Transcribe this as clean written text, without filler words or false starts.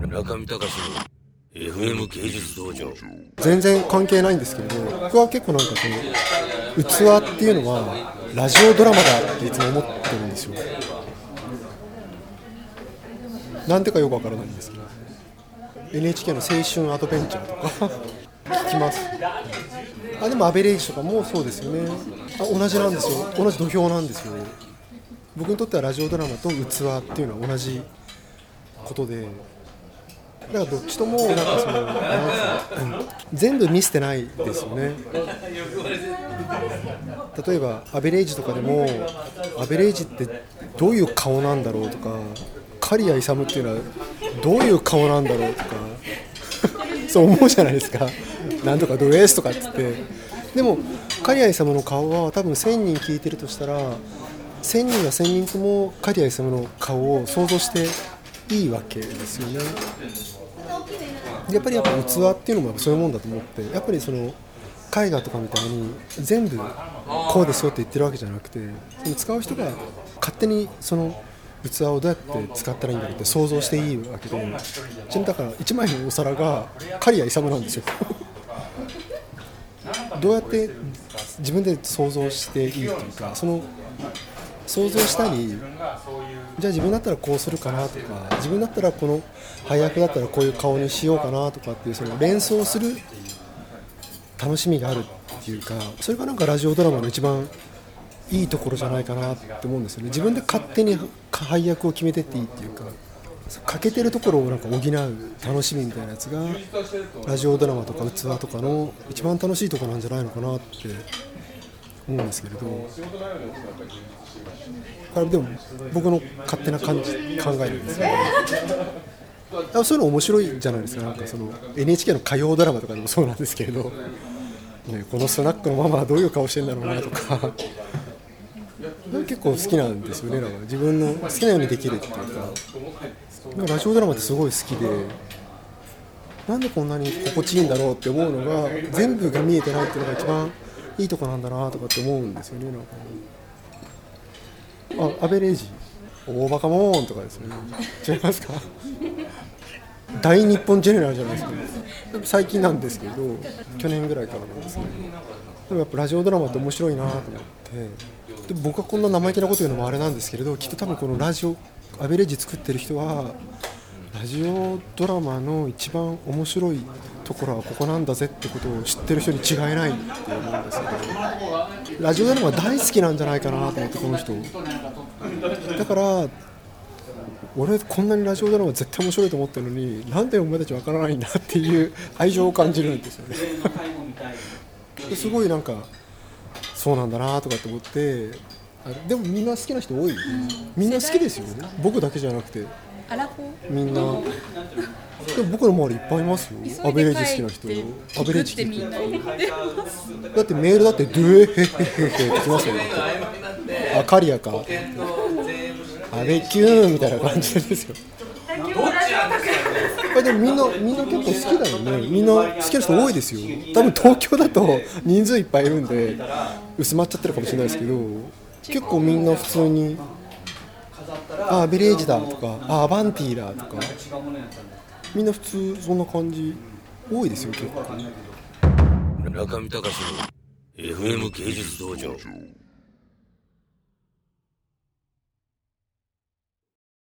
中見隆の FM 芸術道場。 全然関係ないんですけれど、僕は結構なんかその器っていうのはラジオドラマだっていつも思ってるんですよ。なんでかよくわからないんですけど、 NHK の青春アドベンチャーとか聞きます。でもアベレージとかもそうですよね。同じなんですよ。同じ土俵なんですよ。僕にとってはラジオドラマと器っていうのは同じことで、だからどっちともなんかその全部見捨てないですよね。例えばアベレージとかでも、アベレージってどういう顔なんだろうとか、刈谷勇っていうのはどういう顔なんだろうとかそう思うじゃないですか。なんとかド S とかって言って、でも刈谷勇の顔は多分1000人聞いてるとしたら、1000人が1000人とも刈谷勇の顔を想像していいわけですよね。やっぱり器っていうのもそういうもんだと思って、やっぱりその絵画とかみたいに全部こうですよって言ってるわけじゃなくて、その使う人が勝手にその器をどうやって使ったらいいんだろうって想像していいわけで、だから1枚のお皿が刈谷勇なんですよどうやって自分で想像していいというか、その想像したり、じゃあ自分だったらこうするかなとか、自分だったらこの配役だったらこういう顔にしようかなとかっていう、その連想する楽しみがあるっていうか、それがなんかラジオドラマの一番いいところじゃないかなって思うんですよね。自分で勝手に配役を決めてっていいっていうか、欠けてるところをなんか補う楽しみみたいなやつがラジオドラマとか器とかの一番楽しいところなんじゃないのかなって思うんですけれど、でも僕の勝手な考えなんですよね。そういうの面白いじゃないですか。なんかその NHK の歌謡ドラマとかでもそうなんですけれど、ね、このスナックのママはどういう顔してんだろうなとか結構好きなんですよね。なんか自分の好きなようにできるっていうか、ラジオドラマってすごい好きで、なんでこんなに心地いいんだろうって思うのが、全部が見えてないっていうのが一番いいとこなんだなとかって思うんですよね。なんかアベレージ大バカモーンとかですね。違いますか大日本ジェネラルじゃないですか。最近なんですけど、去年ぐらいからなんですけど、でもやっぱラジオドラマって面白いなと思って、で僕はこんな生意気なこと言うのもあれなんですけれど、きっと多分このラジオアベレージ作ってる人はラジオドラマの一番面白いところはここなんだぜってことを知ってる人に違いないって思うんですけど、ラジオドラマ大好きなんじゃないかなと思って、この人だから、俺こんなにラジオドラマ絶対面白いと思ってるのに、なんでお前たち分からないんだっていう愛情を感じるんですよねすごいなんかそうなんだなとかって思って。でもみんな好きな人多い。みんな好きですよね。僕だけじゃなくてみんな。でも僕の周りいっぱいいますよ。アベレージ好きな人、アベレージ聞いて、だってメールだってドゥエヘヘヘヘってきますよね。カリアかアベキューンみたいな感じですよ。でもみんな結構好きだよね。みんな好きな人多いですよ。多分東京だと人数いっぱいいるんで薄まっちゃってるかもしれないですけど、結構みんな普通にアベレージだとかアバンティーだとか、みんな普通そんな感じ多いですよ結構。 中見隆の FM 芸術道場。